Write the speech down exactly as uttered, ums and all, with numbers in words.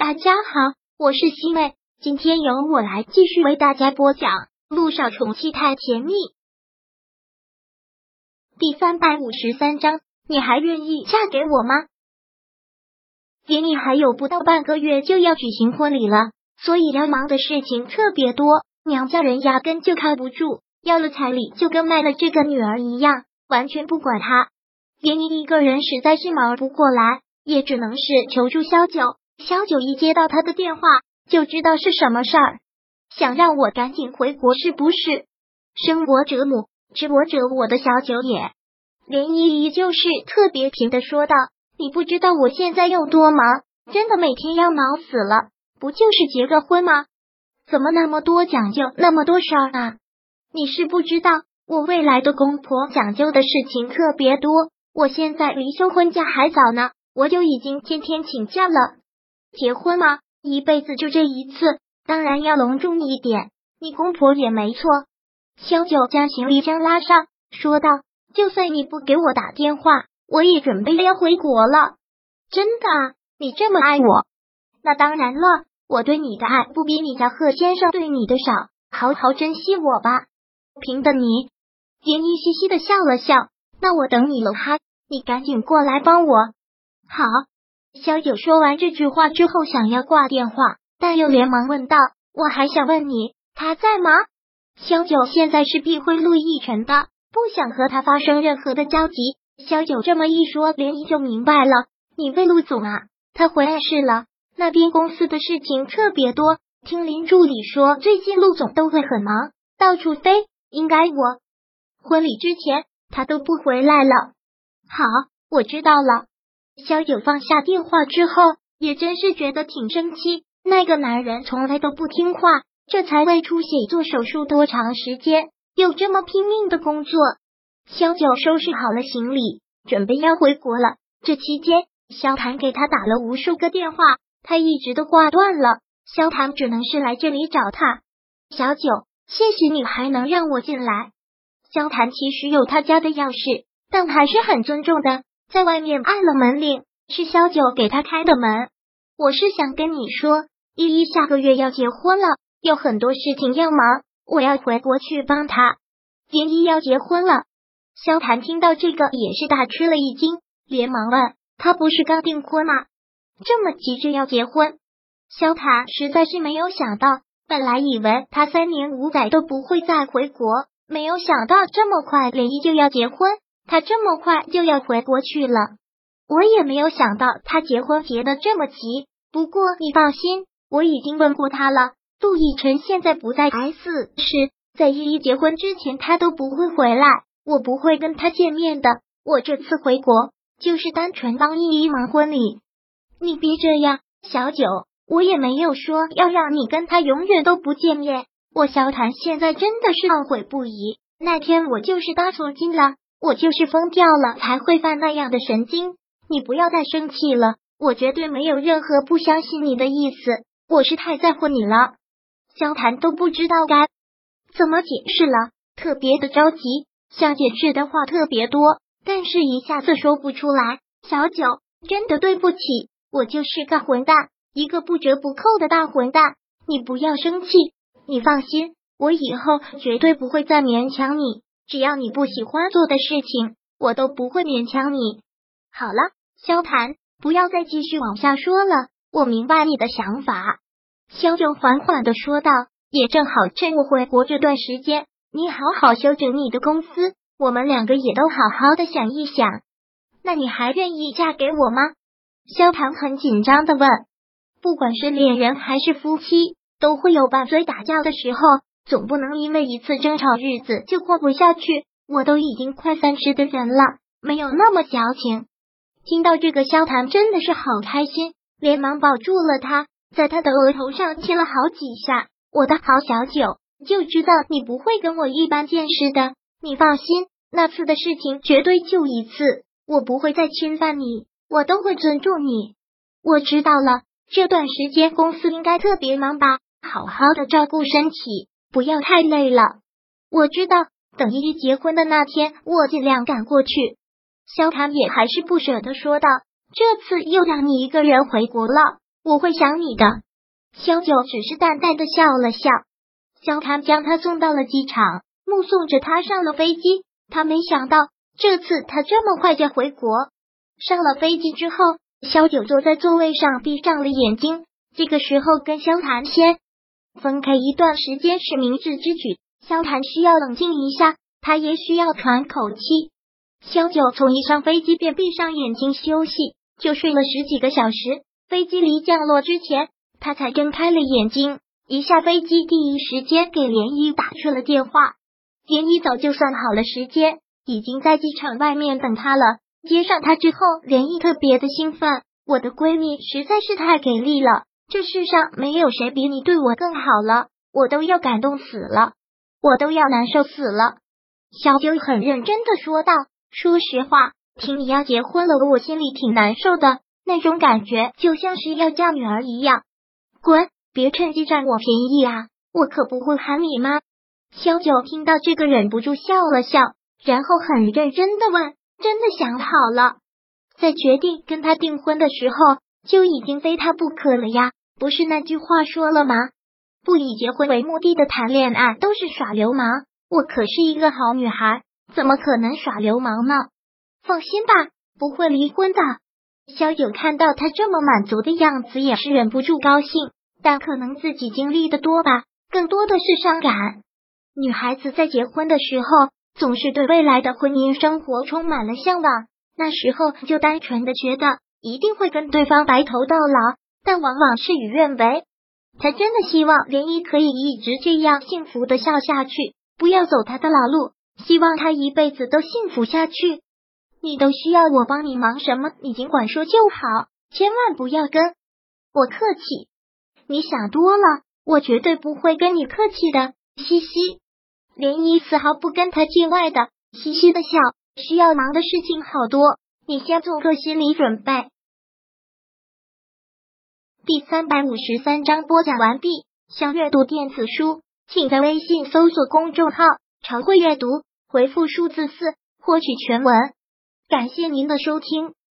大家好，我是西妹，今天由我来继续为大家播讲《陆少宠妻太甜蜜》第三百五十三章，你还愿意嫁给我吗？别你还有不到半个月就要举行婚礼了，所以要忙的事情特别多，娘家人压根就靠不住，要了彩礼就跟卖了这个女儿一样，完全不管她。别你一个人实在是忙不过来，也只能是求助萧九。萧九一接到他的电话，就知道是什么事儿，想让我赶紧回国是不是？生我者母，知我者我的小九也。连依依就是特别平的说道，你不知道我现在有多忙，真的每天要忙死了，不就是结个婚吗？怎么那么多讲究，那么多事儿啊？你是不知道，我未来的公婆讲究的事情特别多，我现在离休婚假还早呢，我就已经天天请假了。结婚吗？一辈子就这一次，当然要隆重一点。你公婆也没错。萧九将行李箱拉上，说道：“就算你不给我打电话，我也准备要回国了。”真的啊？你这么爱我？那当然了，我对你的爱不比你家贺先生对你的少，好好珍惜我吧。凭的你。连依嘻嘻的笑了笑，那我等你了哈，你赶紧过来帮我。好。萧九说完这句话之后想要挂电话，但又连忙问道：“我还想问你，他在吗？”萧九现在是避讳陆亦辰的，不想和他发生任何的交集。萧九这么一说，连依就明白了，你为陆总啊，他回来是了，那边公司的事情特别多，听林助理说最近陆总都会很忙，到处飞，应该我婚礼之前他都不回来了。好，我知道了。萧九放下电话之后，也真是觉得挺生气，那个男人从来都不听话，这才为出血做手术多长时间，又这么拼命的工作。萧九收拾好了行李，准备要回国了。这期间，萧谭给他打了无数个电话，他一直都挂断了，萧谭只能是来这里找他。小九，谢谢你还能让我进来。萧谭其实有他家的钥匙，但还是很尊重的。在外面按了门铃，是萧九给他开的门。我是想跟你说，依依下个月要结婚了，有很多事情要忙，我要回国去帮她。依依要结婚了。萧谭听到这个也是大吃了一惊，连忙问：“他不是刚订婚吗？这么急着要结婚？”萧谭实在是没有想到，本来以为他三年五载都不会再回国，没有想到这么快连依就要结婚。他这么快就要回国去了，我也没有想到他结婚结得这么急。不过你放心，我已经问过他了，陆亦辰现在不在 S 市，在依依结婚之前他都不会回来，我不会跟他见面的。我这次回国就是单纯帮依依忙婚礼。你别这样，小九，我也没有说要让你跟他永远都不见面。我萧谭现在真的是懊悔不已，那天我就是搭错筋了。我就是疯掉了才会犯那样的神经，你不要再生气了，我绝对没有任何不相信你的意思，我是太在乎你了。萧谭都不知道该怎么解释了，特别的着急，想解释的话特别多，但是一下子说不出来。小九，真的对不起，我就是个混蛋，一个不折不扣的大混蛋，你不要生气，你放心，我以后绝对不会再勉强你。只要你不喜欢做的事情，我都不会勉强你。好了，萧谭，不要再继续往下说了，我明白你的想法。萧九缓缓的说道，也正好趁我回国这段时间，你好好修整你的公司，我们两个也都好好的想一想。那你还愿意嫁给我吗？萧谭很紧张的问。不管是恋人还是夫妻，都会有拌嘴打架的时候，总不能因为一次争吵日子就过不下去，我都已经快三十的人了，没有那么矫情。听到这个萧谭真的是好开心，连忙抱住了他，在他的额头上亲了好几下。我的好小九，就知道你不会跟我一般见识的，你放心，那次的事情绝对就一次，我不会再侵犯你，我都会尊重你。我知道了，这段时间公司应该特别忙吧，好好的照顾身体，不要太累了。我知道，等依依结婚的那天，我尽量赶过去。萧谭也还是不舍得说道，这次又让你一个人回国了， 我会想你的。萧九只是淡淡的笑了笑。萧谭将他送到了机场，目送着他上了飞机。他没想到这次他这么快就回国。上了飞机之后，萧九坐在座位上闭上了眼睛。这个时候跟萧谭先分开一段时间是明智之举，萧谭需要冷静一下，他也需要喘口气。萧九从一上飞机便闭上眼睛休息，就睡了十几个小时。飞机离降落之前，他才睁开了眼睛。一下飞机，第一时间给涟漪打去了电话。涟漪早就算好了时间，已经在机场外面等他了。接上他之后，涟漪特别的兴奋，我的闺蜜实在是太给力了，这世上没有谁比你对我更好了，我都要感动死了，我都要难受死了。小九很认真的说道，说实话，听你要结婚了，我心里挺难受的，那种感觉就像是要嫁女儿一样。滚，别趁机占我便宜啊，我可不会喊你妈。萧九听到这个忍不住笑了笑，然后很认真的问，真的想好了？在决定跟他订婚的时候，就已经非他不可了呀，不是那句话说了吗？不以结婚为目的的谈恋爱都是耍流氓，我可是一个好女孩，怎么可能耍流氓呢？放心吧，不会离婚的。萧九看到他这么满足的样子，也是忍不住高兴，但可能自己经历的多吧，更多的是伤感。女孩子在结婚的时候，总是对未来的婚姻生活充满了向往，那时候就单纯的觉得一定会跟对方白头到老，但往往事与愿违。他真的希望涟漪可以一直这样幸福的笑下去，不要走他的老路，希望他一辈子都幸福下去。你都需要我帮你忙什么，你尽管说就好，千万不要跟我客气。你想多了，我绝对不会跟你客气的，嘻嘻。涟漪丝毫不跟他见外的嘻嘻的笑，需要忙的事情好多，你先做个心理准备。第三百五十三章播讲完毕。想阅读电子书，请在微信搜索公众号常会阅读，回复数字四获取全文。感谢您的收听。